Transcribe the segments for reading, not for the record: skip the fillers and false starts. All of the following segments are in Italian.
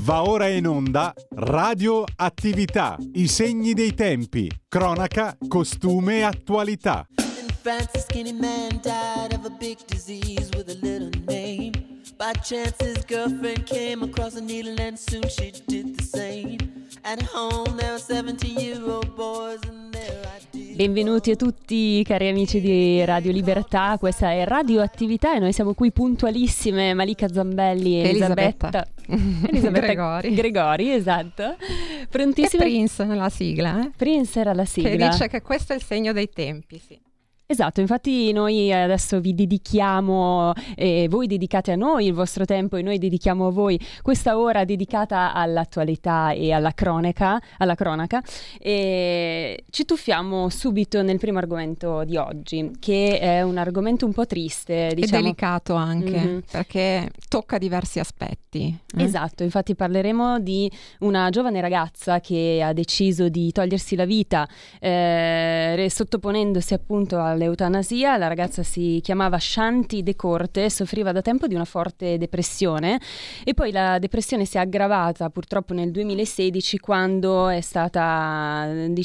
Va ora in onda Radio Attività, i segni dei tempi, cronaca, costume e attualità. France, a skinny man died of a big disease with a little name. By chance his girlfriend came across a needle and soon she did the same. At home there were 17-year-old boys and their ideas. Benvenuti a tutti cari amici di Radio Libertà, questa è Radio Attività e noi siamo qui puntualissime, Malika Zambelli e Elisabetta Gregori, esatto. Prontissime. E Prince nella sigla, Prince era la sigla. Che dice che questo è il segno dei tempi, sì. Esatto, infatti noi adesso vi dedichiamo, voi dedicate a noi il vostro tempo e noi dedichiamo a voi questa ora dedicata all'attualità e alla cronaca, e ci tuffiamo subito nel primo argomento di oggi, che è un argomento un po' triste, diciamo. E delicato anche, perché tocca diversi aspetti. Esatto, infatti parleremo di una giovane ragazza che ha deciso di togliersi la vita sottoponendosi appunto all'eutanasia. La ragazza si chiamava Shanti De Corte, soffriva da tempo di una forte depressione e poi la depressione si è aggravata purtroppo nel 2016 quando è stata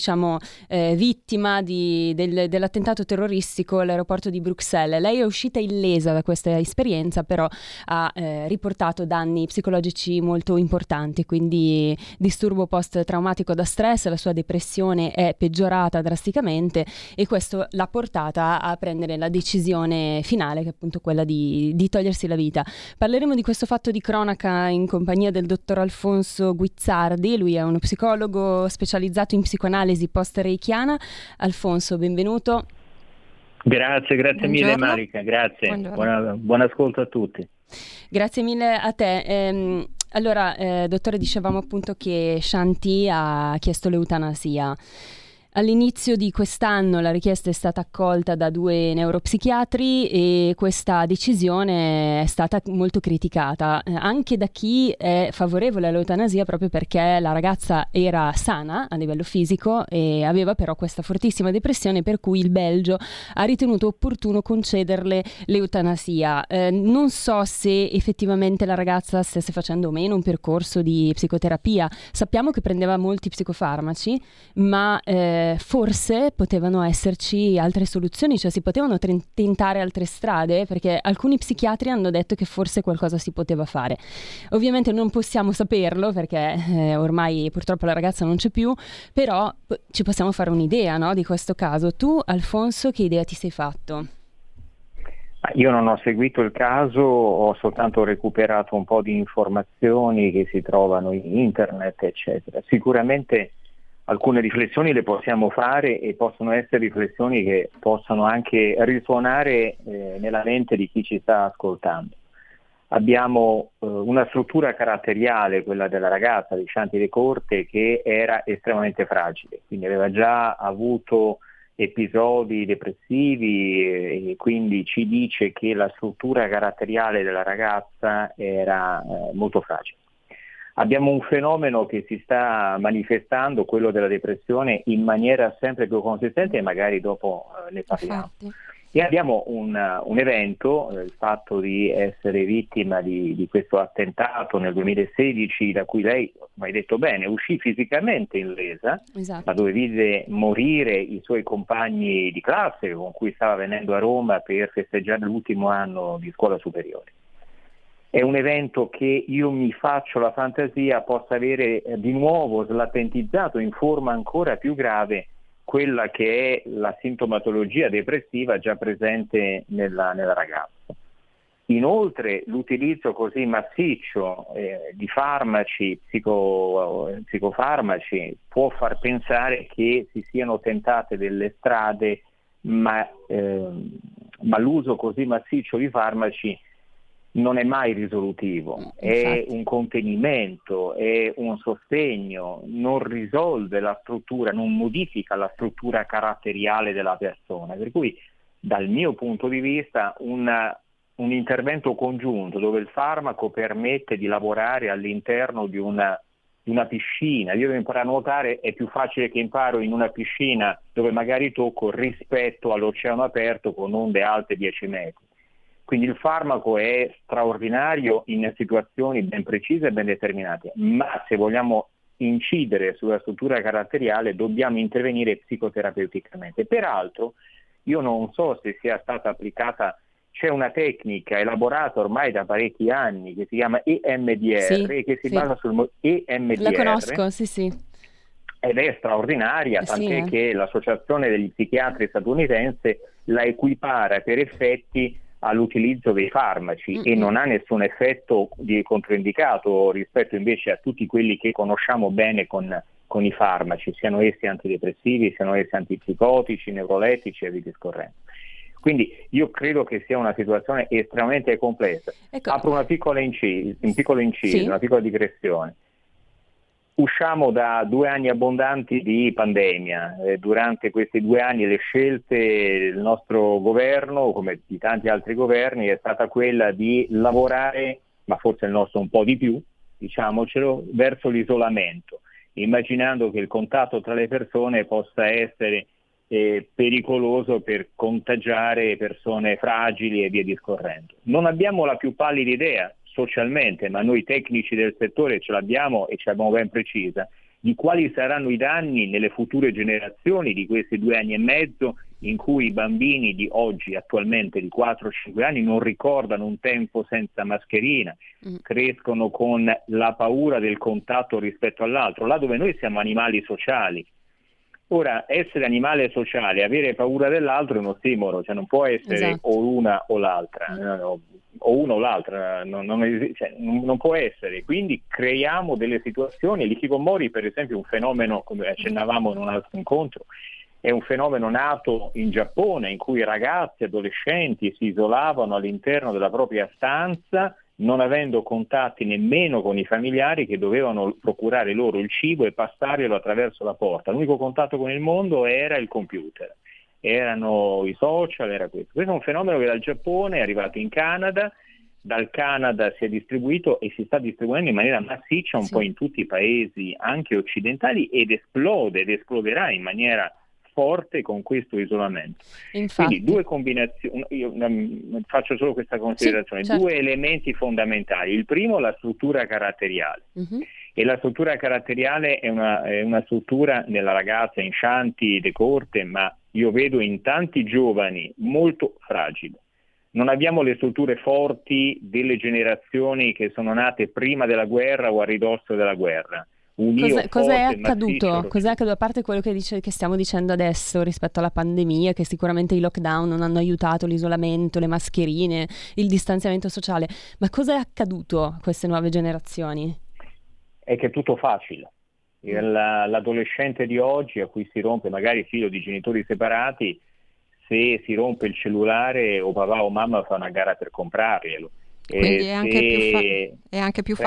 vittima dell'attentato terroristico all'aeroporto di Bruxelles. Lei è uscita illesa da questa esperienza, però ha riportato danni psicologici molto importanti, quindi disturbo post-traumatico da stress, la sua depressione è peggiorata drasticamente e questo l'ha portata a prendere la decisione finale, che è appunto quella di togliersi la vita. Parleremo di questo fatto di cronaca in compagnia del dottor Alfonso Guizzardi. Lui è uno psicologo specializzato in psicoanalisi post-reichiana. Alfonso, benvenuto. Grazie Buongiorno. mille Marica, grazie. Buon ascolto a tutti. Grazie mille a te. Allora, dottore, dicevamo appunto che Shanti ha chiesto l'eutanasia. All'inizio di quest'anno la richiesta è stata accolta da 2 neuropsichiatri e questa decisione è stata molto criticata anche da chi è favorevole all'eutanasia, proprio perché la ragazza era sana a livello fisico e aveva però questa fortissima depressione, per cui il Belgio ha ritenuto opportuno concederle l'eutanasia. Non so se effettivamente la ragazza stesse facendo o meno un percorso di psicoterapia. Sappiamo che prendeva molti psicofarmaci, ma forse potevano esserci altre soluzioni, cioè si potevano tentare altre strade, perché alcuni psichiatri hanno detto che forse qualcosa si poteva fare. Ovviamente non possiamo saperlo perché ormai purtroppo la ragazza non c'è più, però ci possiamo fare un'idea, no, di questo caso. Tu, Alfonso, che idea ti sei fatto? Io non ho seguito il caso, ho soltanto recuperato un po' di informazioni che si trovano in internet, eccetera. Sicuramente alcune riflessioni le possiamo fare e possono essere riflessioni che possono anche risuonare nella mente di chi ci sta ascoltando. Abbiamo una struttura caratteriale, quella della ragazza di Shanti De Corte, che era estremamente fragile, quindi aveva già avuto episodi depressivi e quindi ci dice che la struttura caratteriale della ragazza era molto fragile. Abbiamo un fenomeno che si sta manifestando, quello della depressione, in maniera sempre più consistente e magari dopo ne parliamo. Infatti. E abbiamo un evento, il fatto di essere vittima di questo attentato nel 2016, da cui lei, come hai detto bene, uscì fisicamente illesa, Esatto. ma dove vide morire i suoi compagni di classe con cui stava venendo a Roma per festeggiare l'ultimo anno di scuola superiore. È un evento che io mi faccio la fantasia possa avere di nuovo slatentizzato in forma ancora più grave quella che è la sintomatologia depressiva già presente nella ragazza. Inoltre l'utilizzo così massiccio di farmaci, psicofarmaci, può far pensare che si siano tentate delle strade, ma l'uso così massiccio di farmaci non è mai risolutivo, è un contenimento, è un sostegno, non risolve la struttura, non modifica la struttura caratteriale della persona. Per cui dal mio punto di vista un intervento congiunto dove il farmaco permette di lavorare all'interno di una piscina. Io devo imparare a nuotare, è più facile che imparo in una piscina dove magari tocco rispetto all'oceano aperto con onde alte 10 metri. Quindi il farmaco è straordinario in situazioni ben precise e ben determinate, ma se vogliamo incidere sulla struttura caratteriale dobbiamo intervenire psicoterapeuticamente. Peraltro io non so se sia stata applicata, c'è una tecnica elaborata ormai da parecchi anni che si chiama EMDR, che si basa sul EMDR. La conosco, sì. Ed è straordinaria, tant'è che l'Associazione degli Psichiatri statunitense la equipara per effetti all'utilizzo dei farmaci e non ha nessun effetto di controindicato rispetto invece a tutti quelli che conosciamo bene con i farmaci, siano essi antidepressivi, siano essi antipsicotici, neurolettici e via discorrendo. Quindi io credo che sia una situazione estremamente complessa. Ecco. Apro un piccolo inciso, una piccola digressione. Usciamo da 2 anni abbondanti di pandemia. Durante questi 2 anni le scelte del nostro governo, come di tanti altri governi, è stata quella di lavorare, ma forse il nostro un po' di più, diciamocelo, verso l'isolamento, immaginando che il contatto tra le persone possa essere pericoloso per contagiare persone fragili e via discorrendo. Non abbiamo la più pallida idea socialmente, ma noi tecnici del settore ce l'abbiamo e ce l'abbiamo ben precisa, di quali saranno i danni nelle future generazioni di questi 2 anni e mezzo in cui i bambini di oggi, attualmente di 4-5 anni, non ricordano un tempo senza mascherina, crescono con la paura del contatto rispetto all'altro, là dove noi siamo animali sociali. Ora, essere animale sociale, avere paura dell'altro è uno ossimoro, cioè non può essere o una o l'altra, o una o l'altra, non può essere. Quindi creiamo delle situazioni, l'hikikomori per esempio è un fenomeno, come accennavamo in un altro incontro, è un fenomeno nato in Giappone in cui ragazzi, adolescenti si isolavano all'interno della propria stanza non avendo contatti nemmeno con i familiari che dovevano procurare loro il cibo e passarglielo attraverso la porta. L'unico contatto con il mondo era il computer, erano i social, era questo. Questo è un fenomeno che dal Giappone è arrivato in Canada, dal Canada si è distribuito e si sta distribuendo in maniera massiccia un po' in tutti i paesi anche occidentali ed esploderà in maniera forte con questo isolamento. Infatti. Quindi 2 combinazioni, io faccio solo questa considerazione, 2 elementi fondamentali. Il primo, la struttura caratteriale. E la struttura caratteriale è una struttura nella ragazza in Shanti, de corte, ma io vedo in tanti giovani molto fragili. Non abbiamo le strutture forti delle generazioni che sono nate prima della guerra o a ridosso della guerra. Cos'è accaduto? Cos'è accaduto? A parte quello che stiamo dicendo adesso rispetto alla pandemia, che sicuramente i lockdown non hanno aiutato, l'isolamento, le mascherine, il distanziamento sociale, ma cos'è accaduto a queste nuove generazioni? È che è tutto facile. L'adolescente di oggi a cui si rompe, magari figlio di genitori separati, se si rompe il cellulare o papà o mamma fa una gara per comprarglielo. Quindi è anche più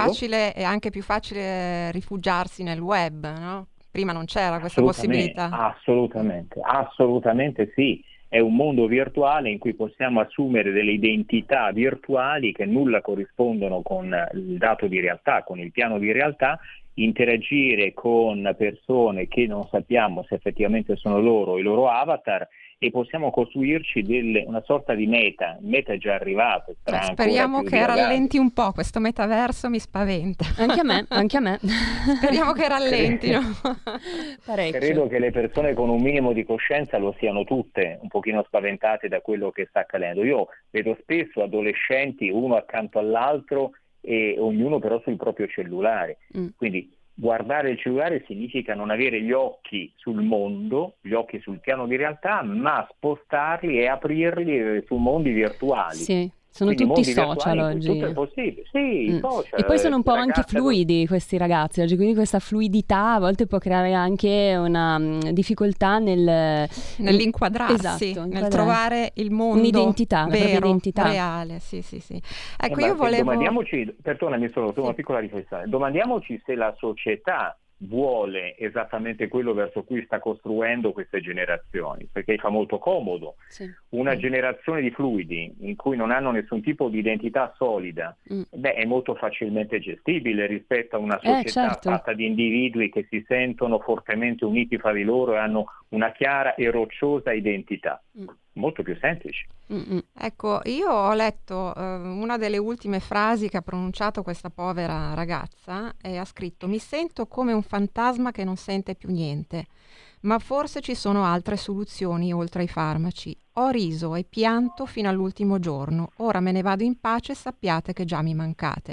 facile rifugiarsi nel web, no? Prima non c'era questa possibilità. Assolutamente sì. È un mondo virtuale in cui possiamo assumere delle identità virtuali che nulla corrispondono con il dato di realtà, con il piano di realtà, interagire con persone che non sappiamo se effettivamente sono loro, i loro avatar, e possiamo costruirci una sorta di meta è già arrivato. Speriamo che rallenti un po', questo metaverso mi spaventa. Anche a me. Speriamo che rallentino. Parecchio. Credo che le persone con un minimo di coscienza lo siano tutte, un pochino spaventate da quello che sta accadendo. Io vedo spesso adolescenti uno accanto all'altro e ognuno però sul proprio cellulare. Quindi guardare il cellulare significa non avere gli occhi sul mondo, gli occhi sul piano di realtà, ma spostarli e aprirli su mondi virtuali. Sì, sono tutti social oggi. Tutto è possibile. Sì, i social. E poi sono un po' anche fluidi questi ragazzi oggi, quindi questa fluidità a volte può creare anche una difficoltà nell'inquadrarsi, nel trovare il mondo un'identità, vero, identità reale. Sì. Ecco, io volevo... Domandiamoci, perdonami solo, una piccola riflessione, domandiamoci se la società vuole esattamente quello verso cui sta costruendo queste generazioni, perché fa molto comodo una generazione di fluidi in cui non hanno nessun tipo di identità solida, è molto facilmente gestibile rispetto a una società fatta di individui che si sentono fortemente uniti fra di loro e hanno una chiara e rocciosa identità. molto più semplici. Ecco, io ho letto una delle ultime frasi che ha pronunciato questa povera ragazza e ha scritto: mi sento come un fantasma che non sente più niente, ma forse ci sono altre soluzioni oltre ai farmaci. Ho riso e pianto fino all'ultimo giorno, ora me ne vado in pace, sappiate che già mi mancate.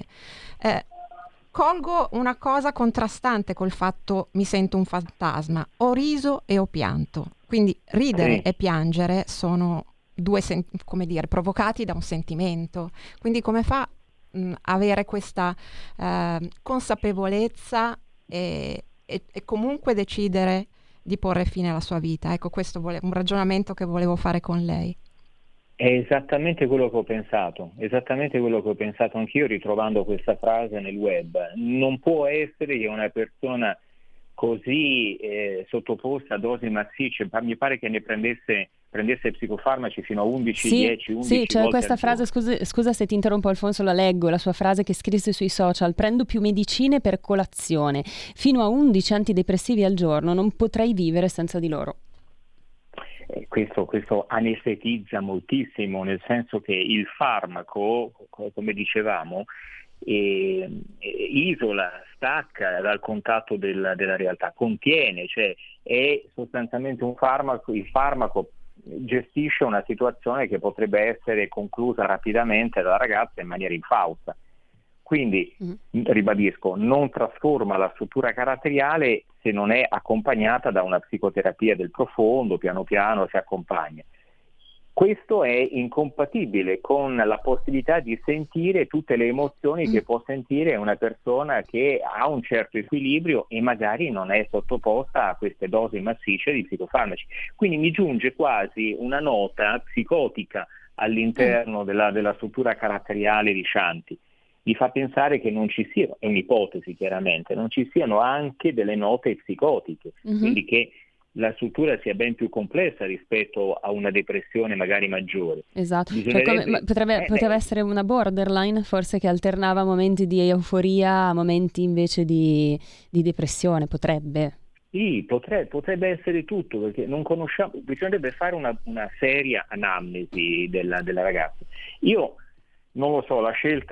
Colgo una cosa contrastante col fatto mi sento un fantasma, ho riso e ho pianto, quindi ridere e piangere sono due provocati da un sentimento, quindi come fa avere questa consapevolezza e comunque decidere di porre fine alla sua vita? Ecco, questo un ragionamento che volevo fare con lei. È esattamente quello che ho pensato anch'io ritrovando questa frase nel web. Non può essere che una persona così sottoposta a dosi massicce, mi pare che ne prendesse psicofarmaci fino a 11, 10, 11 sì, c'è volte questa frase, scusa se ti interrompo Alfonso, la leggo, la sua frase che scrisse sui social: prendo più medicine per colazione, fino a 11 antidepressivi al giorno, non potrei vivere senza di loro. Questo anestetizza moltissimo, nel senso che il farmaco, come dicevamo, isola, stacca dal contatto della realtà, contiene, cioè è sostanzialmente un farmaco. Il farmaco gestisce una situazione che potrebbe essere conclusa rapidamente dalla ragazza in maniera infausta. Quindi, ribadisco, non trasforma la struttura caratteriale se non è accompagnata da una psicoterapia del profondo, piano piano si accompagna. Questo è incompatibile con la possibilità di sentire tutte le emozioni che può sentire una persona che ha un certo equilibrio e magari non è sottoposta a queste dosi massicce di psicofarmaci. Quindi mi giunge quasi una nota psicotica all'interno della struttura caratteriale di Shanti. Mi fa pensare che non ci siano, è un'ipotesi chiaramente, non ci siano anche delle note psicotiche, quindi che la struttura sia ben più complessa rispetto a una depressione magari maggiore. Esatto, potrebbe essere una borderline, forse, che alternava momenti di euforia a momenti invece di depressione, potrebbe. Sì, potrebbe essere tutto, perché non conosciamo, bisognerebbe fare una seria anamnesi della ragazza. Io non lo so, la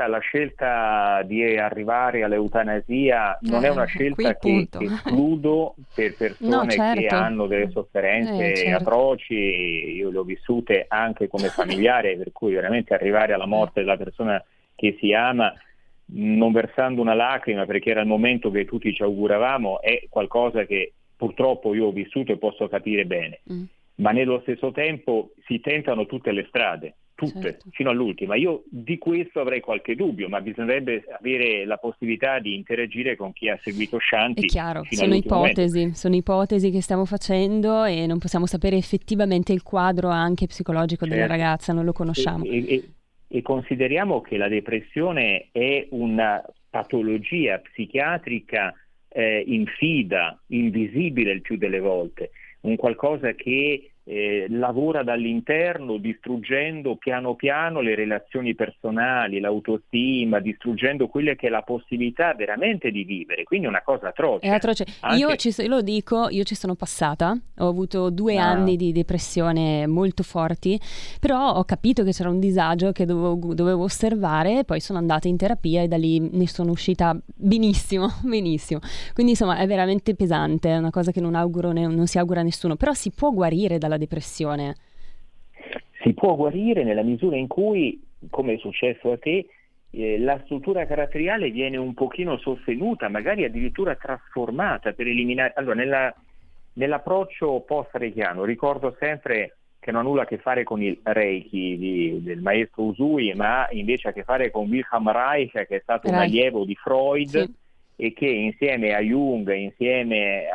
scelta di arrivare all'eutanasia non è una scelta che escludo per persone che hanno delle sofferenze atroci. Io le ho vissute anche come familiare, per cui veramente arrivare alla morte della persona che si ama non versando una lacrima perché era il momento che tutti ci auguravamo è qualcosa che purtroppo io ho vissuto e posso capire bene. Ma nello stesso tempo si tentano tutte le strade, fino all'ultima. Io di questo avrei qualche dubbio, ma bisognerebbe avere la possibilità di interagire con chi ha seguito Shanti. È chiaro, sono ipotesi che stiamo facendo e non possiamo sapere effettivamente il quadro anche psicologico della ragazza, non lo conosciamo. E consideriamo che la depressione è una patologia psichiatrica infida, invisibile il più delle volte, un qualcosa che lavora dall'interno, distruggendo piano piano le relazioni personali, l'autostima, distruggendo quella che è la possibilità veramente di vivere, quindi una cosa atroce. È atroce. Io ci sono passata, ho avuto 2 anni di depressione molto forti, però ho capito che c'era un disagio che dovevo osservare, poi sono andata in terapia e da lì ne sono uscita benissimo. Quindi insomma è veramente pesante, è una cosa che non si augura a nessuno, però si può guarire dalla depressione. Si può guarire nella misura in cui, come è successo a te, la struttura caratteriale viene un pochino sostenuta, magari addirittura trasformata per eliminare. Allora, nell'approccio post-reichiano ricordo sempre che non ha nulla a che fare con il Reiki del maestro Usui, ma invece ha a che fare con Wilhelm Reich, che è stato un allievo di Freud, e che insieme a Jung, insieme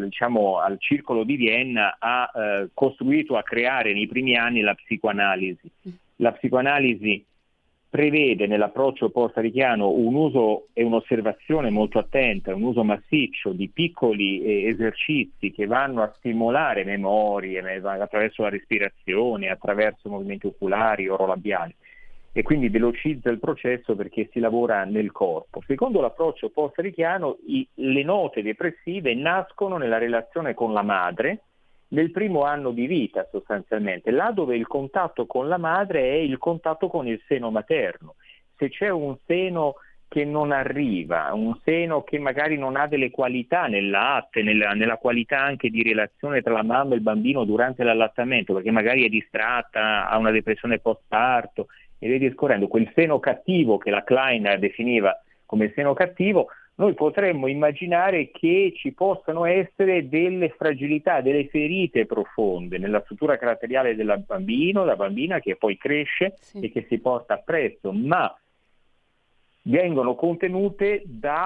al circolo di Vienna, ha ha creare nei primi anni la psicoanalisi. La psicoanalisi prevede nell'approccio post-reichiano un uso e un'osservazione molto attenta, un uso massiccio di piccoli esercizi che vanno a stimolare memorie attraverso la respirazione, attraverso movimenti oculari, orolabiali, e quindi velocizza il processo perché si lavora nel corpo. Secondo l'approccio post-reichiano le note depressive nascono nella relazione con la madre nel primo anno di vita sostanzialmente, là dove il contatto con la madre è il contatto con il seno materno. Se c'è un seno che non arriva, un seno che magari non ha delle qualità nel latte, nella qualità anche di relazione tra la mamma e il bambino durante l'allattamento, perché magari è distratta, ha una depressione postparto e via discorrendo, quel seno cattivo che la Klein definiva come seno cattivo, noi potremmo immaginare che ci possano essere delle fragilità, delle ferite profonde nella struttura caratteriale del bambino, la bambina che poi cresce e che si porta appresso, ma vengono contenute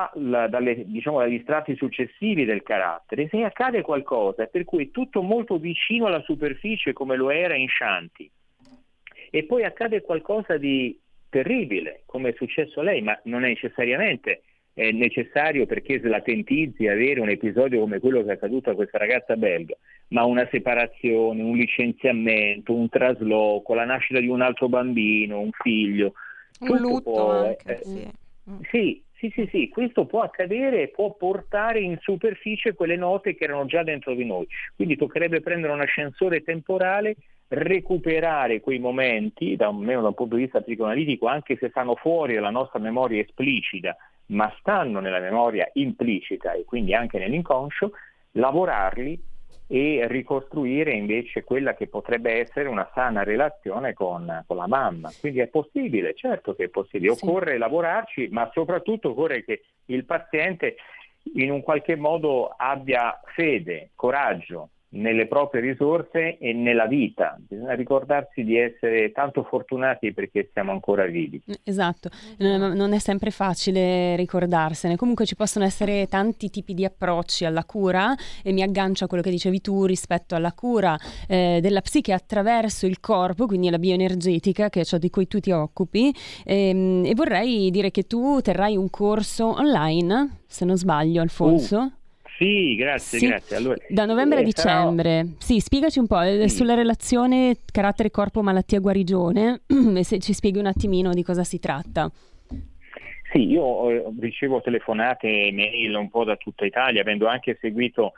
dagli strati successivi del carattere. Se accade qualcosa per cui è tutto molto vicino alla superficie come lo era in Shanti, e poi accade qualcosa di terribile come è successo a lei, ma non è necessariamente necessario perché slatentizzi avere un episodio come quello che è accaduto a questa ragazza belga, ma una separazione, un licenziamento, un trasloco, la nascita di un altro bambino, un figlio, un lutto anche, sì, questo può accadere e può portare in superficie quelle note che erano già dentro di noi. Quindi toccherebbe prendere un ascensore temporale, recuperare quei momenti, almeno da un punto di vista psicoanalitico, anche se stanno fuori dalla nostra memoria esplicita, ma stanno nella memoria implicita e quindi anche nell'inconscio, lavorarli e ricostruire invece quella che potrebbe essere una sana relazione con la mamma. Quindi è possibile, certo che è possibile, occorre lavorarci, ma soprattutto occorre che il paziente in un qualche modo abbia fede, coraggio nelle proprie risorse e nella vita. Bisogna ricordarsi di essere tanto fortunati perché siamo ancora vivi. Esatto, non è sempre facile ricordarsene. Comunque ci possono essere tanti tipi di approcci alla cura, e mi aggancio a quello che dicevi tu rispetto alla cura della psiche attraverso il corpo, quindi la bioenergetica, che è ciò di cui tu ti occupi, e vorrei dire che tu terrai un corso online, se non sbaglio, Alfonso. Sì, grazie. Allora, da novembre a dicembre. Sì, spiegaci un po' sulla relazione carattere corpo malattia guarigione e se ci spieghi un attimino di cosa si tratta. Sì, io ricevo telefonate e mail un po' da tutta Italia, avendo anche seguito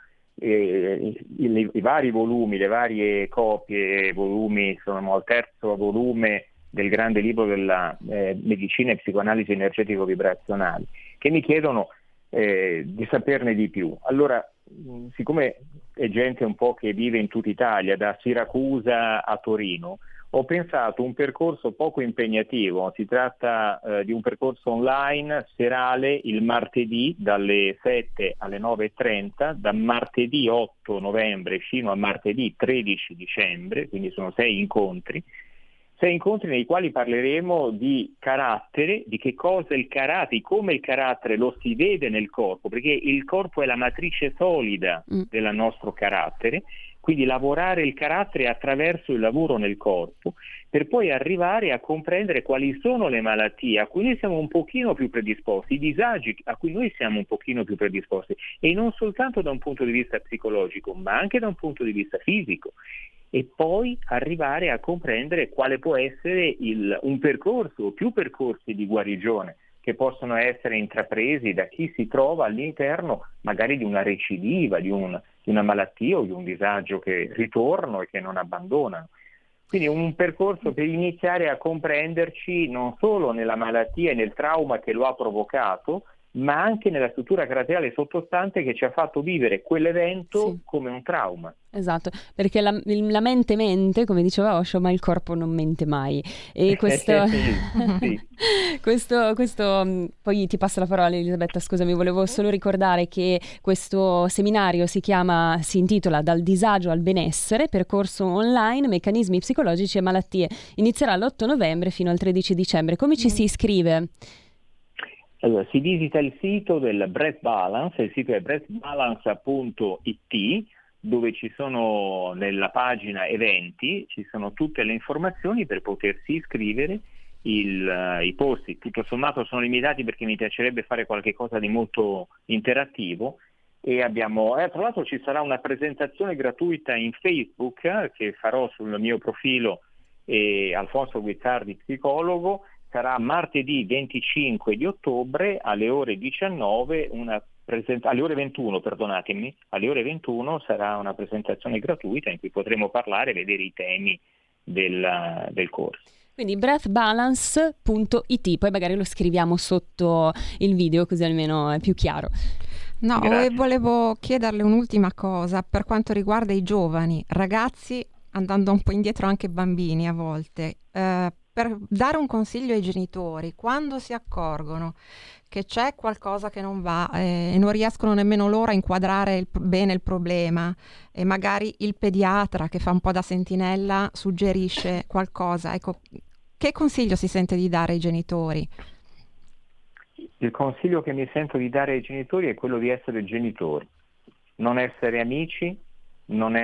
i vari volumi, le varie copie, volumi, sono al terzo volume del grande libro della medicina e psicoanalisi energetico-vibrazionali, che mi chiedono di saperne di più. Allora, siccome è gente un po' che vive in tutta Italia, da Siracusa a Torino, ho pensato un percorso poco impegnativo. Si tratta di un percorso online serale il martedì dalle 7 alle 9:30, da martedì 8 novembre fino a martedì 13 dicembre, quindi sono 6 incontri nei quali parleremo di carattere, di che cosa è il carattere, come il carattere lo si vede nel corpo, perché il corpo è la matrice solida del nostro carattere, quindi lavorare il carattere attraverso il lavoro nel corpo, per poi arrivare a comprendere quali sono le malattie a cui noi siamo un pochino più predisposti, i disagi a cui noi siamo un pochino più predisposti, e non soltanto da un punto di vista psicologico, ma anche da un punto di vista fisico. E poi arrivare a comprendere quale può essere un percorso o più percorsi di guarigione che possono essere intrapresi da chi si trova all'interno magari di una recidiva, di una malattia o di un disagio che ritornano e che non abbandonano. Quindi un percorso per iniziare a comprenderci non solo nella malattia e nel trauma che lo ha provocato, ma anche nella struttura caratteriale sottostante che ci ha fatto vivere quell'evento come un trauma. Esatto, perché la mente mente, come diceva Osho, ma il corpo non mente mai. E questo, questo poi ti passo la parola, Elisabetta, scusami, volevo solo ricordare che questo seminario si intitola Dal disagio al benessere, percorso online, meccanismi psicologici e malattie. Inizierà l'8 novembre fino al 13 dicembre. Come ci si iscrive? Allora, si visita il sito del Breath Balance, il sito è breathbalance.it, dove ci sono nella pagina eventi, ci sono tutte le informazioni per potersi iscrivere. I posti tutto sommato sono limitati perché mi piacerebbe fare qualche cosa di molto interattivo, e abbiamo tra l'altro ci sarà una presentazione gratuita in Facebook che farò sul mio profilo Alfonso Guizzardi psicologo, sarà martedì 25 di ottobre alle ore 19, alle ore 21, perdonatemi, alle ore 21 sarà una presentazione gratuita in cui potremo parlare e vedere i temi del corso. Quindi breathbalance.it, poi magari lo scriviamo sotto il video così almeno è più chiaro. No, e volevo chiederle un'ultima cosa per quanto riguarda i giovani, ragazzi, andando un po' indietro anche bambini a volte, per dare un consiglio ai genitori, quando si accorgono che c'è qualcosa che non va e non riescono nemmeno loro a inquadrare bene il problema e magari il pediatra che fa un po' da sentinella suggerisce qualcosa, ecco, che consiglio si sente di dare ai genitori? Il consiglio che mi sento di dare ai genitori è quello di essere genitori, non essere amici, non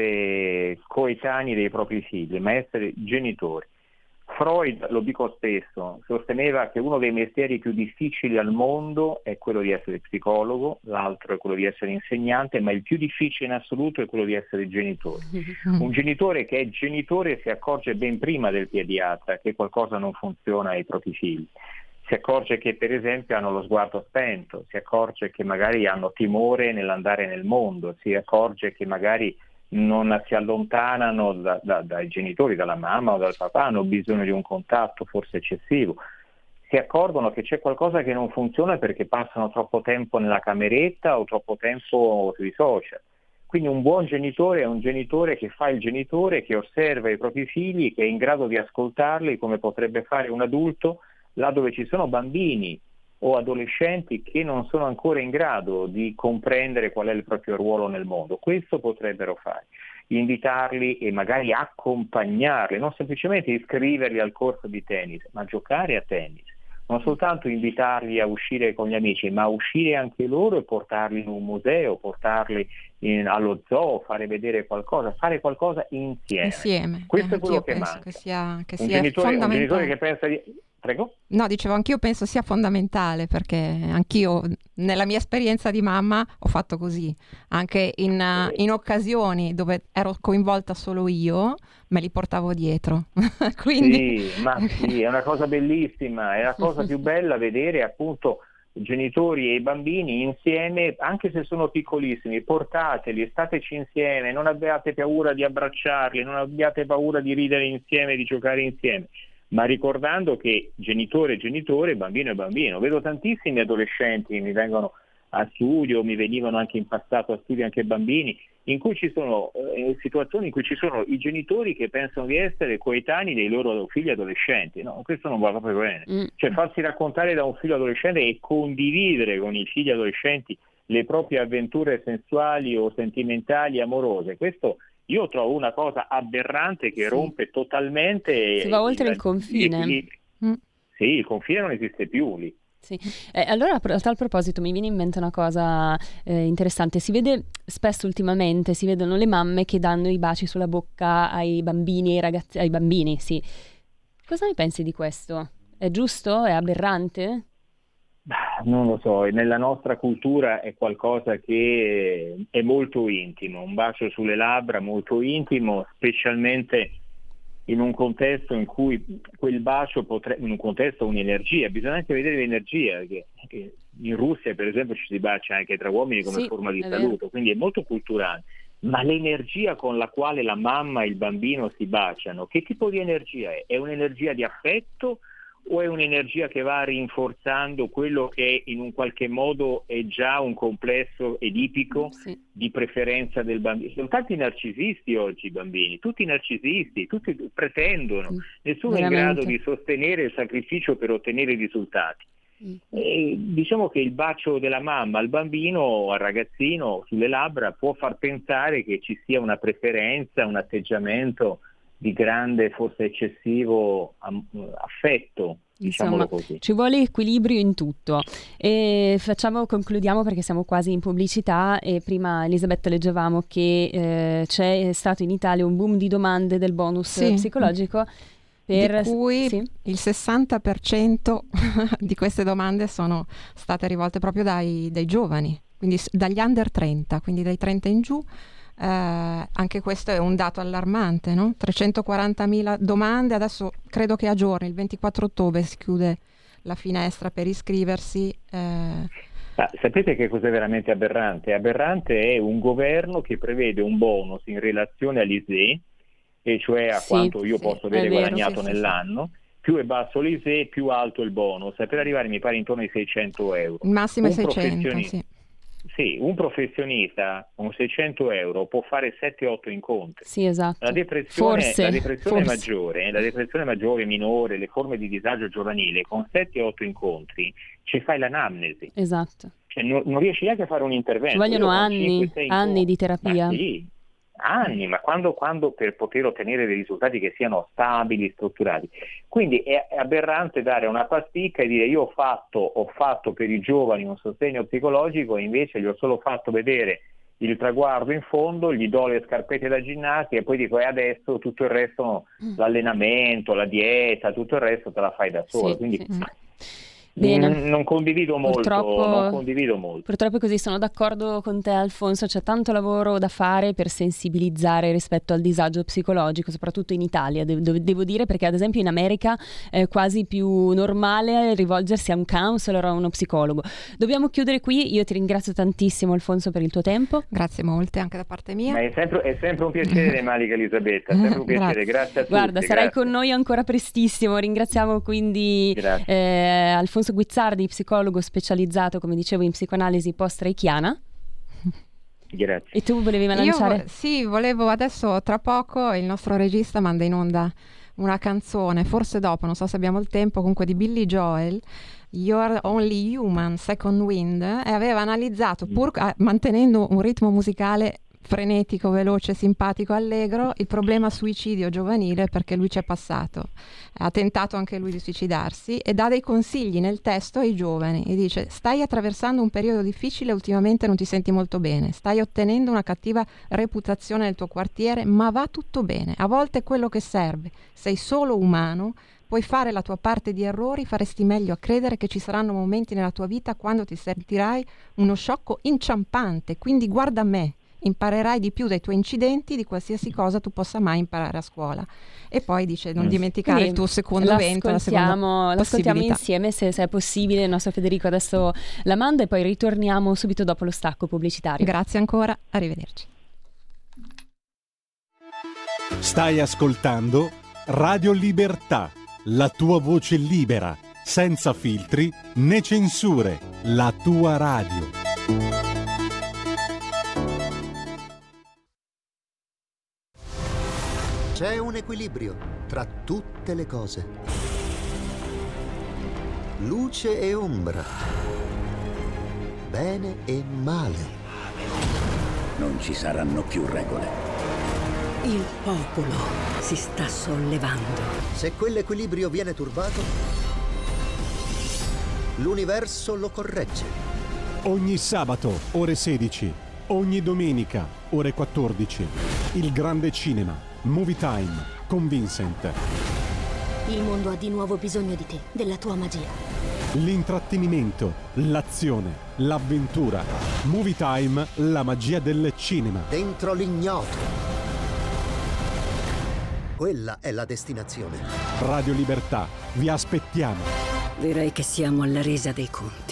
essere coetanei dei propri figli, ma essere genitori. Freud, lo dico spesso, sosteneva che uno dei mestieri più difficili al mondo è quello di essere psicologo, l'altro è quello di essere insegnante, ma il più difficile in assoluto è quello di essere genitore. Un genitore che è genitore si accorge ben prima del pediatra che qualcosa non funziona ai propri figli. Si accorge che per esempio hanno lo sguardo spento, si accorge che magari hanno timore nell'andare nel mondo, si accorge che magari non si allontanano dai genitori, dalla mamma o dal papà, hanno bisogno di un contatto forse eccessivo. Si accorgono che c'è qualcosa che non funziona perché passano troppo tempo nella cameretta o troppo tempo sui social. Quindi un buon genitore è un genitore che fa il genitore, che osserva i propri figli, che è in grado di ascoltarli come potrebbe fare un adulto là dove ci sono bambini o adolescenti che non sono ancora in grado di comprendere qual è il proprio ruolo nel mondo. Questo potrebbero fare, invitarli e magari accompagnarli, non semplicemente iscriverli al corso di tennis, ma giocare a tennis. Non soltanto invitarli a uscire con gli amici, ma uscire anche loro e portarli in un museo, portarli allo zoo, fare vedere qualcosa, fare qualcosa insieme. Questo è quello che manca. Che sia un genitore che pensa di... Prego? No, dicevo, anch'io penso sia fondamentale, perché anch'io nella mia esperienza di mamma ho fatto così, anche in occasioni dove ero coinvolta solo io, me li portavo dietro. Quindi... Sì, è una cosa bellissima, è la cosa più bella vedere appunto genitori e bambini insieme, anche se sono piccolissimi, portateli, stateci insieme, non abbiate paura di abbracciarli, non abbiate paura di ridere insieme, di giocare insieme. Ma ricordando che genitore è genitore, bambino è bambino. Vedo tantissimi adolescenti che mi vengono a studio, mi venivano anche in passato a studio anche bambini, in cui ci sono situazioni in cui ci sono i genitori che pensano di essere coetanei dei loro figli adolescenti. No, questo non va proprio bene. Cioè farsi raccontare da un figlio adolescente e condividere con i figli adolescenti le proprie avventure sensuali o sentimentali, amorose. Questo io trovo una cosa aberrante che rompe totalmente... Si va oltre il confine. Sì, il confine non esiste più lì. Sì. Allora a tal proposito mi viene in mente una cosa interessante. Si vede spesso ultimamente, si vedono le mamme che danno i baci sulla bocca ai bambini, ai ragazzi, ai bambini, sì. Cosa ne pensi di questo? È giusto? È aberrante? Non lo so, nella nostra cultura è qualcosa che è molto intimo, un bacio sulle labbra molto intimo, specialmente in un contesto in cui quel bacio in un contesto un'energia, bisogna anche vedere l'energia, che in Russia per esempio ci si bacia anche tra uomini come forma di saluto, quindi è molto culturale, ma l'energia con la quale la mamma e il bambino si baciano, che tipo di energia è? È un'energia di affetto o è un'energia che va rinforzando quello che in un qualche modo è già un complesso edipico di preferenza del bambino? Sono tanti narcisisti oggi i bambini, tutti narcisisti, tutti pretendono, nessuno è in grado di sostenere il sacrificio per ottenere i risultati. E diciamo che il bacio della mamma al bambino, al ragazzino sulle labbra può far pensare che ci sia una preferenza, un atteggiamento di grande, forse eccessivo affetto, diciamolo Insomma, così. Ci vuole equilibrio in tutto. E concludiamo perché siamo quasi in pubblicità e prima Elisabetta leggevamo che c'è stato in Italia un boom di domande del bonus psicologico di cui il 60% di queste domande sono state rivolte proprio dai giovani, quindi dagli under 30, quindi dai 30 in giù. Anche questo è un dato allarmante, no? 340.000 domande, adesso credo che a giorni, il 24 ottobre si chiude la finestra per iscriversi. Sapete che cos'è veramente aberrante? Aberrante è un governo che prevede un bonus in relazione all'ISEE, e cioè a quanto io posso avere guadagnato nell'anno. Più è basso l'ISEE, più alto il bonus, per arrivare mi pare intorno ai 600 euro. Il massimo è 600, sì. Sì, un professionista con 600 euro può fare 7-8 incontri. Sì, esatto. La depressione maggiore, la depressione maggiore, minore, le forme di disagio giovanile, con 7-8 incontri ci fai l'anamnesi. Esatto. Cioè, non riesci neanche a fare un intervento. Ci vogliono anni di terapia. Ma sì, anni, ma quando per poter ottenere dei risultati che siano stabili, strutturati. Quindi è aberrante dare una pasticca e dire io ho fatto per i giovani un sostegno psicologico e invece gli ho solo fatto vedere il traguardo in fondo, gli do le scarpette da ginnastica e poi dico adesso tutto il resto, l'allenamento, la dieta, tutto il resto te la fai da solo. Sì, quindi sì. Bene. Non condivido molto. Purtroppo è così, sono d'accordo con te Alfonso, c'è tanto lavoro da fare per sensibilizzare rispetto al disagio psicologico, soprattutto in Italia, devo dire, perché ad esempio in America è quasi più normale rivolgersi a un counselor o a uno psicologo. Dobbiamo chiudere qui, io ti ringrazio tantissimo Alfonso per il tuo tempo. Grazie molte anche da parte mia. Ma è sempre un piacere Malika Elisabetta, è sempre un piacere, grazie a tutti. Guarda, sarai con noi ancora prestissimo, ringraziamo quindi Alfonso Guizzardi, psicologo specializzato, come dicevo, in psicoanalisi post-reichiana. Grazie. E tu volevi lanciare? Volevo adesso, tra poco, il nostro regista manda in onda una canzone, forse dopo, non so se abbiamo il tempo, comunque di Billy Joel, You're Only Human, Second Wind, e aveva analizzato, pur mantenendo un ritmo musicale frenetico, veloce, simpatico, allegro, il problema suicidio giovanile, perché lui c'è passato, ha tentato anche lui di suicidarsi e dà dei consigli nel testo ai giovani e dice: stai attraversando un periodo difficile, ultimamente non ti senti molto bene, stai ottenendo una cattiva reputazione nel tuo quartiere, ma va tutto bene, a volte è quello che serve, sei solo umano, puoi fare la tua parte di errori, faresti meglio a credere che ci saranno momenti nella tua vita quando ti sentirai uno sciocco inciampante, quindi guarda me, imparerai di più dai tuoi incidenti, di qualsiasi cosa tu possa mai imparare a scuola. E poi dice non dimenticare il tuo secondo evento, l'ascoltiamo insieme se è possibile. Il nostro Federico adesso la manda e poi ritorniamo subito dopo lo stacco pubblicitario. Grazie ancora, arrivederci. Stai ascoltando Radio Libertà, la tua voce libera, senza filtri né censure, la tua radio. C'è un equilibrio tra tutte le cose. Luce e ombra. Bene e male. Non ci saranno più regole. Il popolo si sta sollevando. Se quell'equilibrio viene turbato, l'universo lo corregge. Ogni sabato, ore 16. Ogni domenica, ore 14. Il grande cinema. Movie Time con Vincent. Il mondo ha di nuovo bisogno di te, della tua magia. L'intrattenimento, l'azione, l'avventura. Movie Time, la magia del cinema. Dentro l'ignoto. Quella è la destinazione. Radio Libertà, vi aspettiamo. Direi che siamo alla resa dei conti.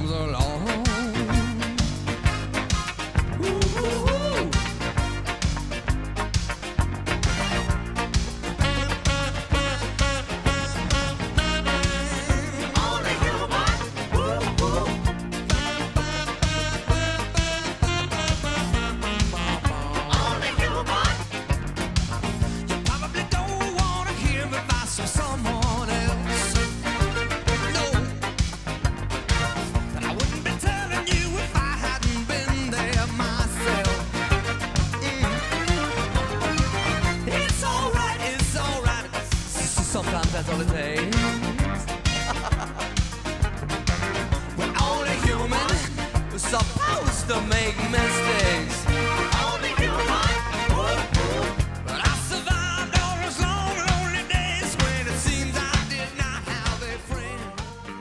comes along. Sometimes that's all it takes. We're only human, we're supposed to make mistakes. Only human. But I survived all those long, lonely days when it seems I did not have a friend.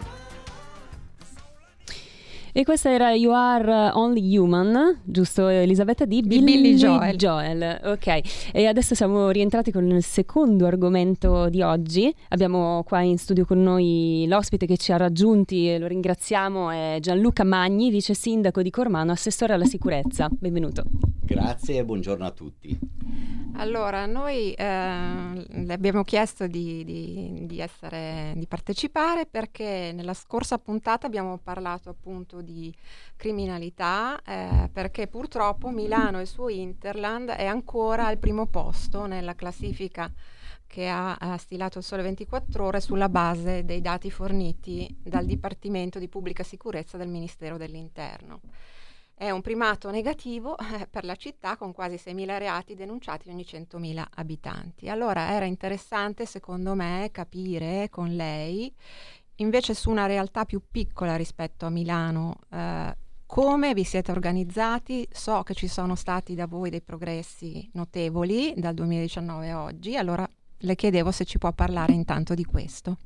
E questa era You Are Only Human, giusto Elisabetta, di Billy Joel. Ok, e adesso siamo rientrati con il secondo argomento di oggi. Abbiamo qua in studio con noi l'ospite che ci ha raggiunti e lo ringraziamo, è Gianluca Magni, vice sindaco di Cormano, assessore alla sicurezza. Benvenuto. Grazie e buongiorno a tutti. Allora, noi le abbiamo chiesto di partecipare perché nella scorsa puntata abbiamo parlato appunto di criminalità, perché purtroppo Milano e il suo Interland è ancora al primo posto nella classifica che ha stilato il Sole 24 Ore sulla base dei dati forniti dal Dipartimento di Pubblica Sicurezza del Ministero dell'Interno. È un primato negativo per la città, con quasi 6.000 reati denunciati ogni 100.000 abitanti. Allora era interessante, secondo me, capire con lei, invece su una realtà più piccola rispetto a Milano, come vi siete organizzati. So che ci sono stati da voi dei progressi notevoli dal 2019 a oggi, allora le chiedevo se ci può parlare intanto di questo.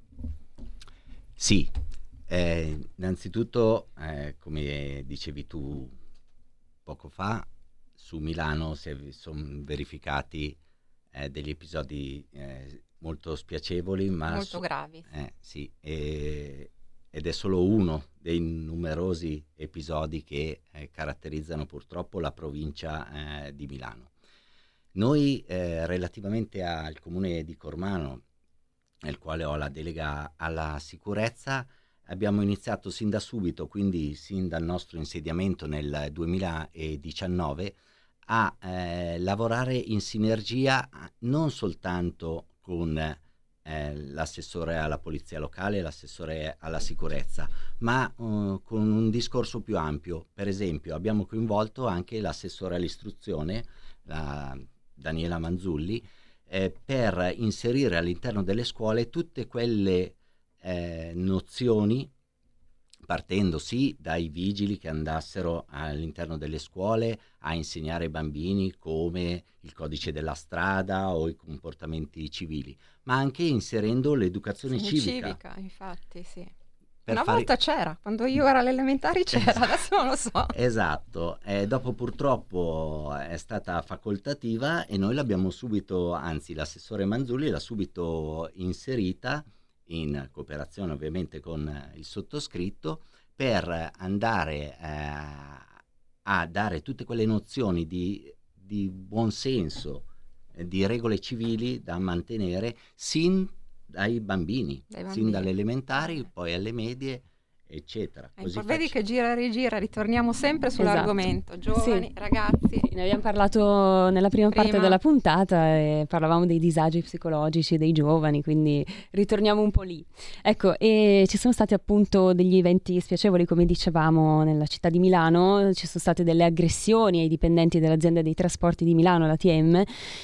Sì. Innanzitutto, come dicevi tu poco fa, su Milano sono verificati degli episodi molto spiacevoli, ma molto gravi. Sì, ed è solo uno dei numerosi episodi che caratterizzano purtroppo la provincia di Milano. Noi, relativamente al comune di Cormano, nel quale ho la delega alla sicurezza, abbiamo iniziato sin da subito, quindi sin dal nostro insediamento nel 2019, a lavorare in sinergia non soltanto con l'assessore alla polizia locale e l'assessore alla sicurezza, ma con un discorso più ampio. Per esempio abbiamo coinvolto anche l'assessore all'istruzione, la Daniela Manzulli, per inserire all'interno delle scuole tutte quelle nozioni, partendo sì dai vigili che andassero all'interno delle scuole a insegnare ai bambini come il codice della strada o i comportamenti civili, ma anche inserendo l'educazione civica. Infatti, sì. Volta c'era, quando io ero alle elementari c'era, adesso non lo so. Esatto, dopo purtroppo è stata facoltativa e noi l'abbiamo subito, anzi l'assessore Manzulli l'ha subito inserita in cooperazione ovviamente con il sottoscritto, per andare a dare tutte quelle nozioni di buon senso, di regole civili da mantenere sin dai bambini, sin dalle elementari, poi alle medie, eccetera. Così vedi che gira e rigira, ritorniamo sempre sull'argomento. Giovani, ragazzi. Sì, ne abbiamo parlato nella prima parte della puntata e parlavamo dei disagi psicologici dei giovani, quindi ritorniamo un po' lì. Ecco, e ci sono stati appunto degli eventi spiacevoli, come dicevamo, nella città di Milano. Ci sono state delle aggressioni ai dipendenti dell'azienda dei trasporti di Milano, l'ATM,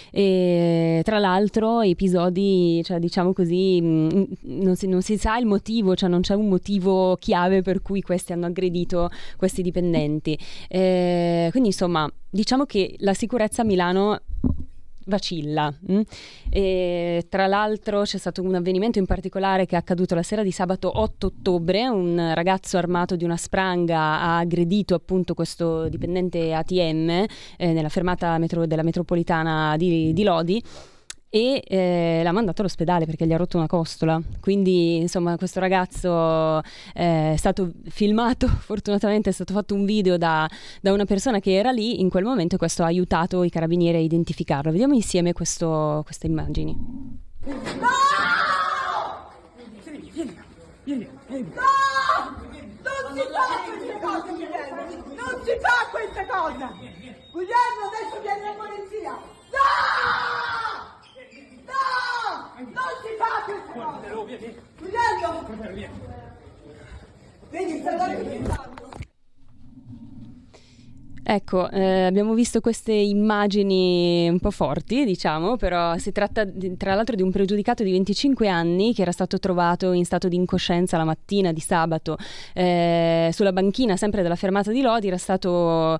e tra l'altro episodi, cioè diciamo così, non si sa il motivo, cioè non c'è un motivo chiave per cui questi hanno aggredito questi dipendenti. Quindi insomma, diciamo che la sicurezza a Milano vacilla. E tra l'altro c'è stato un avvenimento in particolare che è accaduto la sera di sabato 8 ottobre. Un ragazzo armato di una spranga ha aggredito appunto questo dipendente ATM nella fermata della metropolitana di Lodi. e l'ha mandato all'ospedale perché gli ha rotto una costola. Quindi insomma questo ragazzo è stato filmato, fortunatamente è stato fatto un video da una persona che era lì in quel momento, e questo ha aiutato i carabinieri a identificarlo. Vediamo insieme queste immagini. No! Vieni. No! Non si fa queste cose, Guglielmo! Non si fa queste cose! Guglielmo, adesso vieni la polizia! No! No! Non si fa queste cose! Guglielmo! Vedi, sta dando che fanno! Ecco, abbiamo visto queste immagini un po' forti, diciamo, però si tratta tra l'altro di un pregiudicato di 25 anni che era stato trovato in stato di incoscienza la mattina di sabato sulla banchina sempre della fermata di Lodi. Era stato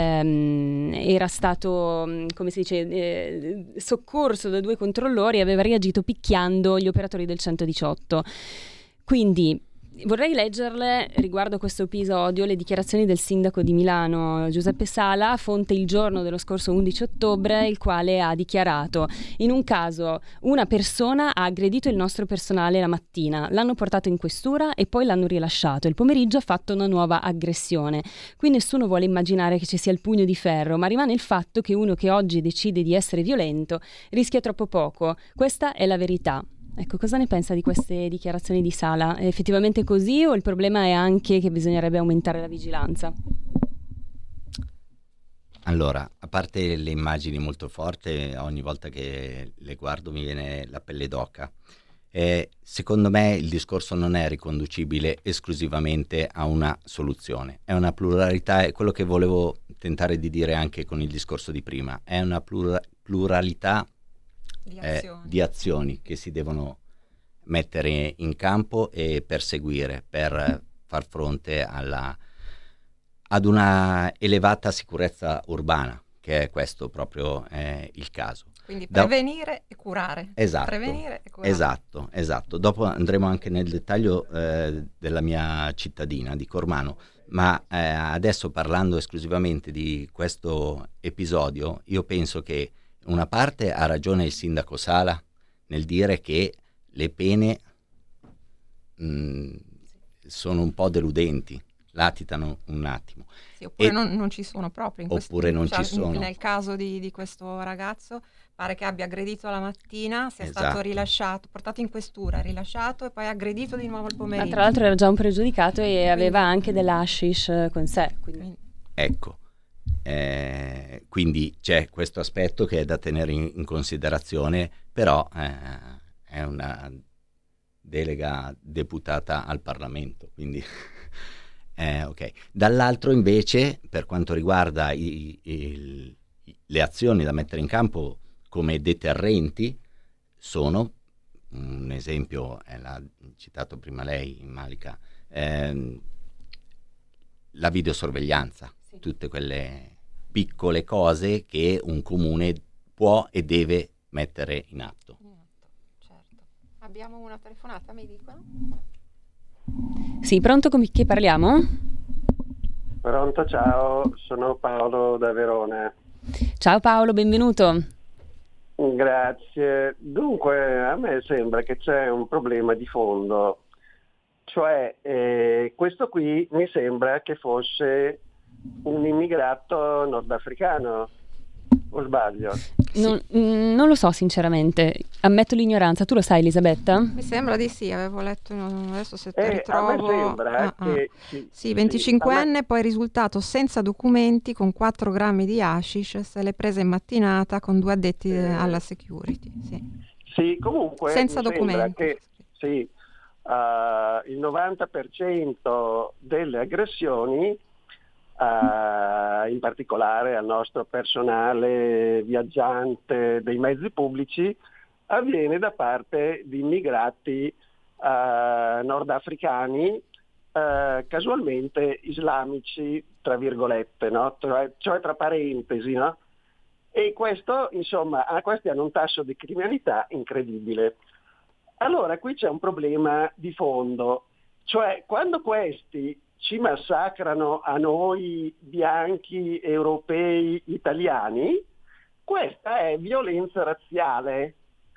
come si dice, soccorso da 2 controllori e aveva reagito picchiando gli operatori del 118. Quindi vorrei leggerle riguardo questo episodio le dichiarazioni del sindaco di Milano Giuseppe Sala, fonte Il Giorno dello scorso 11 ottobre, il quale ha dichiarato: in un caso una persona ha aggredito il nostro personale la mattina, l'hanno portato in questura e poi l'hanno rilasciato, il pomeriggio ha fatto una nuova aggressione. Qui nessuno vuole immaginare che ci sia il pugno di ferro, ma rimane il fatto che uno che oggi decide di essere violento rischia troppo poco. Questa è la verità. Ecco, cosa ne pensa di queste dichiarazioni di Sala? È effettivamente così o il problema è anche che bisognerebbe aumentare la vigilanza? Allora, a parte le immagini molto forti, ogni volta che le guardo mi viene la pelle d'oca. Secondo me il discorso non è riconducibile esclusivamente a una soluzione, è una pluralità, è quello che volevo tentare di dire anche con il discorso di prima, è una pluralità di azioni che si devono mettere in campo e perseguire per far fronte ad una elevata sicurezza urbana, che è questo proprio il caso. Quindi prevenire e curare. Esatto, prevenire e curare. Esatto. Dopo andremo anche nel dettaglio della mia cittadina di Cormano, ma adesso parlando esclusivamente di questo episodio, io penso che una parte ha ragione il sindaco Sala nel dire che le pene sono un po' deludenti, latitano un attimo. Sì, oppure non ci sono proprio. Ci sono. Nel caso di questo ragazzo pare che abbia aggredito la mattina, sia stato rilasciato, portato in questura, rilasciato e poi aggredito di nuovo il pomeriggio. Ma tra l'altro era già un pregiudicato e aveva anche dell'hashish con sé. Quindi. Ecco. Quindi c'è questo aspetto che è da tenere in considerazione, però è una delega deputata al Parlamento, quindi ok. Dall'altro invece, per quanto riguarda le azioni da mettere in campo come deterrenti, sono un esempio, l'ha citato prima lei, Malika, la videosorveglianza. Tutte quelle piccole cose che un comune può e deve mettere in atto. Certo. Abbiamo una telefonata, mi dicono? Sì, pronto, con chi parliamo? Pronto, ciao, sono Paolo da Verona. Ciao Paolo, benvenuto. Grazie. Dunque, a me sembra che c'è un problema di fondo, cioè questo qui mi sembra che fosse un immigrato nordafricano, o sbaglio? Non lo so sinceramente, ammetto l'ignoranza. Tu lo sai, Elisabetta? Mi sembra di sì, avevo letto, adesso se ti ritrovo. A me sembra che sì, 25enne, poi risultato senza documenti con 4 grammi di hashish, se l'è presa in mattinata con 2 addetti alla security. Sì, comunque senza documenti. Che, sì, il 90% delle aggressioni, in particolare al nostro personale viaggiante dei mezzi pubblici, avviene da parte di immigrati nordafricani, casualmente islamici, tra virgolette, no? Cioè tra parentesi, no? E questo, insomma, questi hanno un tasso di criminalità incredibile. Allora qui c'è un problema di fondo, cioè quando questi ci massacrano a noi bianchi, europei, italiani, questa è violenza razziale,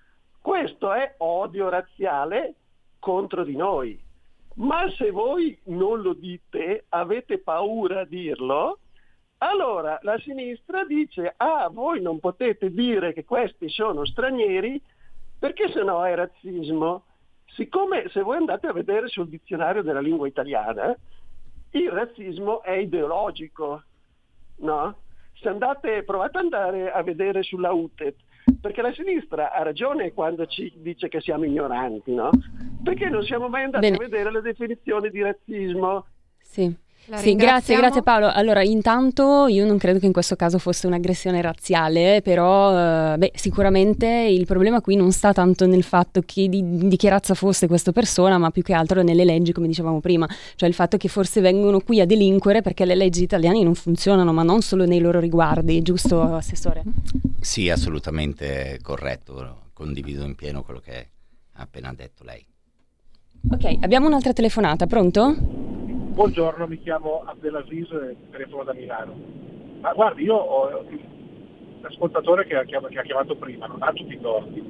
Questo è odio razziale contro di noi. Ma se voi non lo dite, avete paura a dirlo, allora la sinistra dice: voi non potete dire che questi sono stranieri perché sennò è razzismo. Siccome, se voi andate a vedere sul dizionario della lingua italiana, il razzismo è ideologico, no? Provate ad andare a vedere sulla UTET, perché la sinistra ha ragione quando ci dice che siamo ignoranti, no? Perché non siamo mai andati a vedere le definizioni di razzismo. Sì. Sì, grazie Paolo. Allora, intanto io non credo che in questo caso fosse un'aggressione razziale, però sicuramente il problema qui non sta tanto nel fatto che di che razza fosse questa persona, ma più che altro nelle leggi, come dicevamo prima, cioè il fatto che forse vengono qui a delinquere perché le leggi italiane non funzionano, ma non solo nei loro riguardi, giusto Assessore? Sì, assolutamente corretto, condivido in pieno quello che ha appena detto lei. Ok, abbiamo un'altra telefonata, pronto? Buongiorno, mi chiamo Abdelaziz, telefono da Milano. Ma guardi, io ho l'ascoltatore che ha chiamato prima, non ha tutti i torti,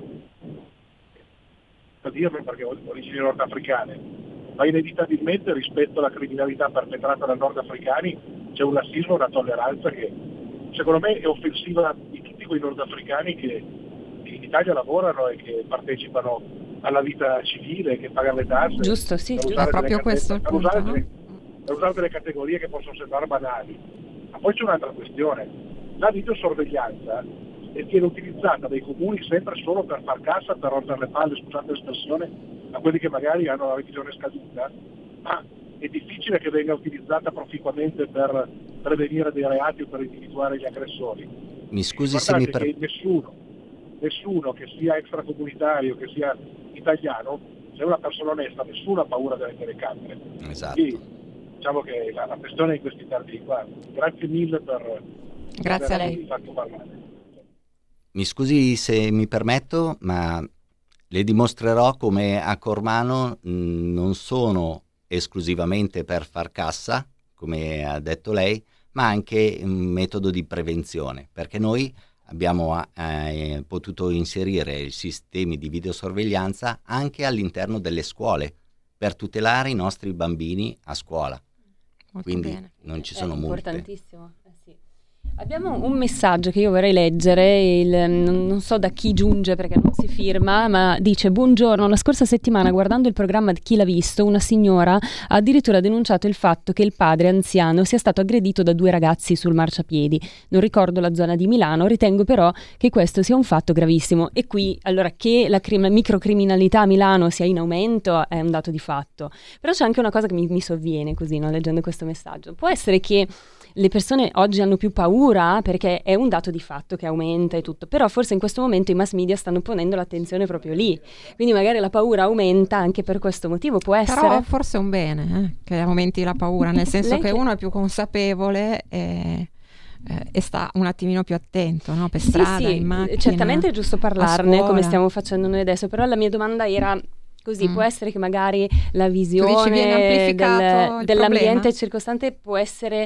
per dirmi, perché ho origini nordafricane, ma inevitabilmente rispetto alla criminalità perpetrata da nordafricani c'è un razzismo, una tolleranza che secondo me è offensiva di tutti quei nordafricani che in Italia lavorano e che partecipano alla vita civile, che pagano le tasse. Giusto, sì, è proprio questo il punto, per usare delle categorie che possono sembrare banali. Ma poi c'è un'altra questione: la videosorveglianza viene utilizzata dai comuni sempre solo per far cassa, per rompere le palle, scusate l'espressione, a quelli che magari hanno la revisione scaduta, ma è difficile che venga utilizzata proficuamente per prevenire dei reati o per individuare gli aggressori. Mi scusi se mi che nessuno che sia extracomunitario, che sia italiano, se è una persona onesta, nessuno ha paura delle telecamere. Esatto. Quindi, diciamo che la questione è in questi termini qua. Grazie mille per Grazie a lei. Fatto parlare. Mi scusi se mi permetto, ma le dimostrerò come a Cormano non sono esclusivamente per far cassa, come ha detto lei, ma anche un metodo di prevenzione, perché noi abbiamo potuto inserire i sistemi di videosorveglianza anche all'interno delle scuole per tutelare i nostri bambini a scuola. Molto Quindi bene. non ci sono multe. Importantissimo. Sì. Abbiamo un messaggio che io vorrei leggere, non so da chi giunge perché non si firma, ma dice: buongiorno, la scorsa settimana guardando il programma di Chi l'ha visto, una signora ha addirittura denunciato il fatto che il padre anziano sia stato aggredito da 2 ragazzi sul marciapiedi. Non ricordo la zona di Milano, ritengo però che questo sia un fatto gravissimo. E qui, allora, che la microcriminalità a Milano sia in aumento è un dato di fatto. Però c'è anche una cosa che mi sovviene così, no, leggendo questo messaggio. Può essere che le persone oggi hanno più paura perché è un dato di fatto che aumenta e tutto, però forse in questo momento i mass media stanno ponendo l'attenzione proprio lì, quindi magari la paura aumenta anche per questo motivo, può essere? Però forse è un bene che aumenti la paura, nel senso che uno è più consapevole e sta un attimino più attento, no? Per strada, in macchina, certamente è giusto parlarne come stiamo facendo noi adesso, però la mia domanda era così, può essere che magari la visione dell'ambiente circostante può essere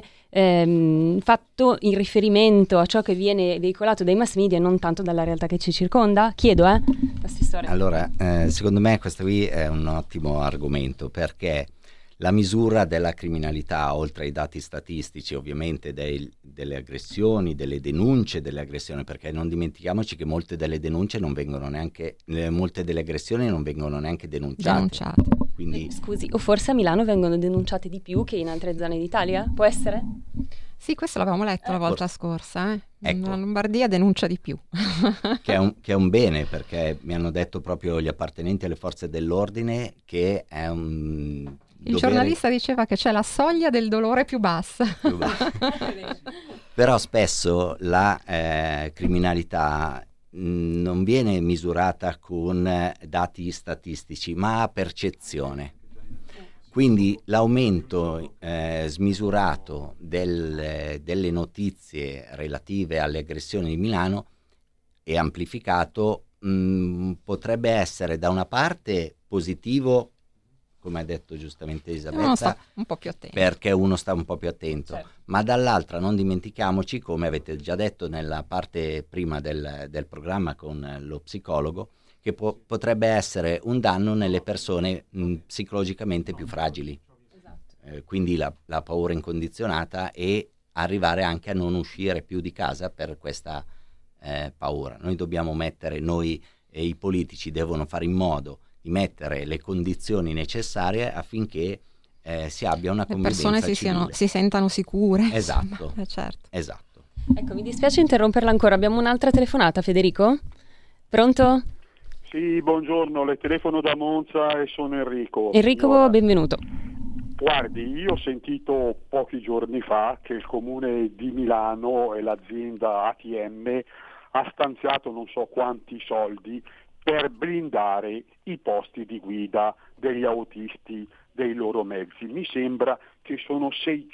fatto in riferimento a ciò che viene veicolato dai mass media e non tanto dalla realtà che ci circonda? Chiedo, Assessore. Allora, secondo me questo qui è un ottimo argomento, perché la misura della criminalità, oltre ai dati statistici ovviamente delle aggressioni, delle denunce delle aggressioni, perché non dimentichiamoci che molte delle denunce non vengono neanche, molte delle aggressioni non vengono neanche denunciate. Quindi, scusi, o forse a Milano vengono denunciate di più che in altre zone d'Italia? Può essere? Sì, questo l'avevamo letto la volta scorsa. Ecco. La Lombardia denuncia di più. che è un bene, perché mi hanno detto proprio gli appartenenti alle forze dell'ordine che è un Il giornalista diceva che c'è la soglia del dolore più bassa. Però spesso la criminalità non viene misurata con dati statistici, ma a percezione. Quindi l'aumento smisurato delle notizie relative alle aggressioni di Milano è amplificato, potrebbe essere da una parte positivo, come ha detto giustamente Isabella, uno sta un po' più attento. perché uno sta un po' più attento, certo. Ma dall'altra non dimentichiamoci, come avete già detto nella parte prima del programma con lo psicologo, che potrebbe essere un danno nelle persone psicologicamente più fragili. Quindi la paura incondizionata e arrivare anche a non uscire più di casa per questa paura. Noi dobbiamo noi e i politici devono fare in modo di mettere le condizioni necessarie affinché si abbia una convivenza civile. Le persone si sentano sicure. Esatto. Certo. Esatto. Ecco, mi dispiace interromperla ancora, abbiamo un'altra telefonata, Federico? Pronto? Sì, buongiorno, le telefono da Monza e sono Enrico. Enrico, benvenuto. Guardi, io ho sentito pochi giorni fa che il comune di Milano e l'azienda ATM ha stanziato non so quanti soldi per blindare i posti di guida degli autisti dei loro mezzi. Mi sembra che sono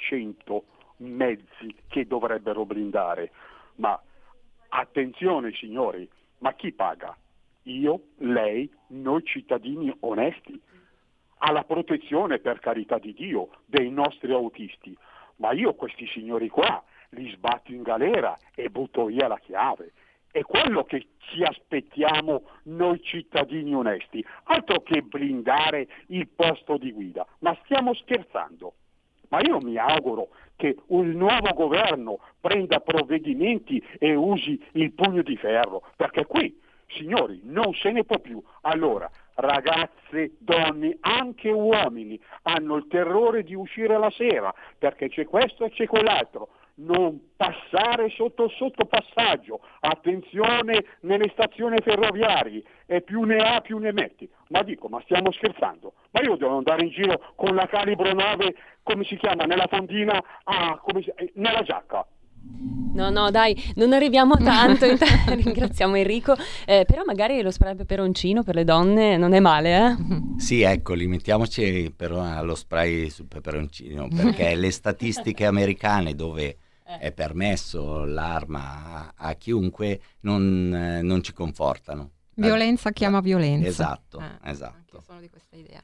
600 mezzi che dovrebbero blindare. Ma attenzione signori, ma chi paga? Io, lei, noi cittadini onesti? Alla protezione, per carità di Dio, dei nostri autisti. Ma io questi signori qua li sbatto in galera e butto via la chiave. È quello che ci aspettiamo noi cittadini onesti, altro che blindare il posto di guida. Ma stiamo scherzando? Ma io mi auguro che un nuovo governo prenda provvedimenti e usi il pugno di ferro, perché qui, signori, non se ne può più. Allora, ragazze, donne, anche uomini hanno il terrore di uscire la sera, perché c'è questo e c'è quell'altro. Non passare sotto passaggio, attenzione nelle stazioni ferroviarie, e più ne ha più ne metti. Ma stiamo scherzando? Ma io devo andare in giro con la calibro 9, come si chiama, nella fondina, nella giacca. No, dai, non arriviamo a tanto. Ringraziamo Enrico, però magari lo spray peperoncino per le donne non è male, eh? Sì, ecco, limitiamoci però allo spray sul peperoncino, perché le statistiche americane dove è permesso l'arma a chiunque non ci confortano. Violenza chiama violenza. Esatto. Anch'io sono di questa idea.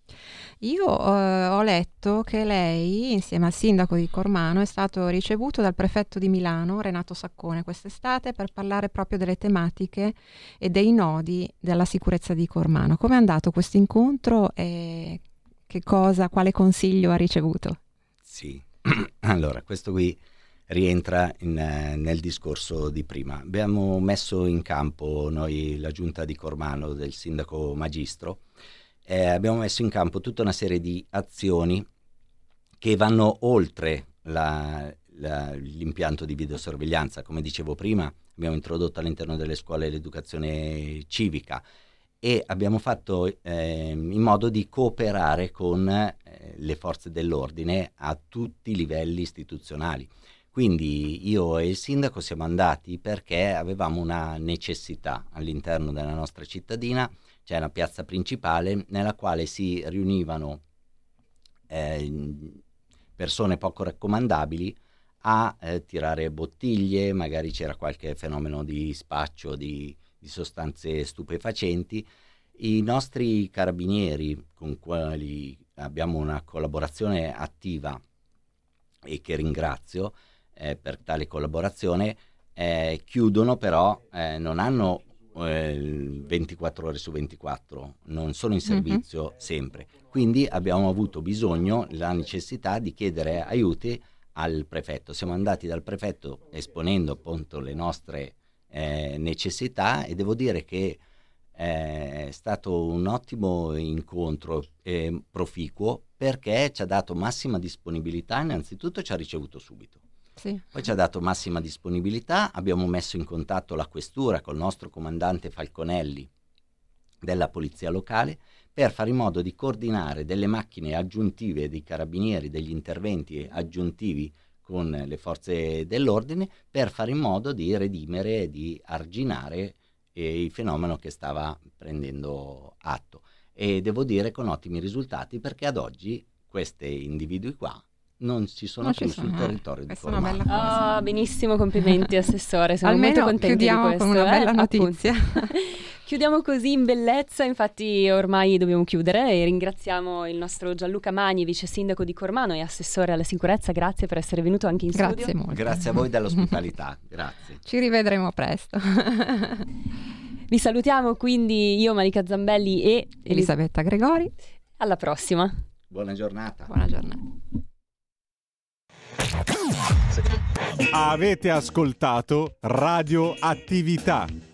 Io ho letto che lei, insieme al sindaco di Cormano, è stato ricevuto dal prefetto di Milano, Renato Saccone, quest'estate per parlare proprio delle tematiche e dei nodi della sicurezza di Cormano. Come è andato questo incontro e quale consiglio ha ricevuto? Sì, allora questo qui rientra nel discorso di prima. Abbiamo messo in campo noi la giunta di Cormano del sindaco Magistro. Abbiamo messo in campo tutta una serie di azioni che vanno oltre l'impianto di videosorveglianza. Come dicevo prima, abbiamo introdotto all'interno delle scuole l'educazione civica e abbiamo fatto in modo di cooperare con le forze dell'ordine a tutti i livelli istituzionali. Quindi io e il sindaco siamo andati perché avevamo una necessità all'interno della nostra cittadina. C'è una piazza principale nella quale si riunivano persone poco raccomandabili a tirare bottiglie, magari c'era qualche fenomeno di spaccio di sostanze stupefacenti. I nostri carabinieri, con quali abbiamo una collaborazione attiva e che ringrazio per tale collaborazione, chiudono però, non hanno 24 ore su 24, non sono in servizio sempre, quindi abbiamo avuto bisogno, la necessità di chiedere aiuti al prefetto. Siamo andati dal prefetto esponendo appunto le nostre necessità e devo dire che è stato un ottimo incontro proficuo, perché ci ha dato massima disponibilità. Innanzitutto ci ha ricevuto subito. Sì. Poi ci ha dato massima disponibilità, abbiamo messo in contatto la questura col nostro comandante Falconelli della polizia locale per fare in modo di coordinare delle macchine aggiuntive dei carabinieri, degli interventi aggiuntivi con le forze dell'ordine, per fare in modo di redimere e di arginare il fenomeno che stava prendendo atto. E devo dire con ottimi risultati, perché ad oggi questi individui qua non ci sono più sul territorio di Cormano. Questa è una bella cosa. Benissimo, complimenti Assessore, siamo almeno molto contenti chiudiamo di questo, con una bella notizia. Chiudiamo così in bellezza, infatti ormai dobbiamo chiudere, e ringraziamo il nostro Gianluca Magni, vice sindaco di Cormano e assessore alla sicurezza. Grazie per essere venuto anche in studio. Grazie molto. Grazie a voi dell'ospitalità, grazie. Ci rivedremo presto. Vi salutiamo quindi io, Marica Zambelli e Elisabetta Gregori. Alla prossima. Buona giornata. Buona giornata. Avete ascoltato Radio Attività.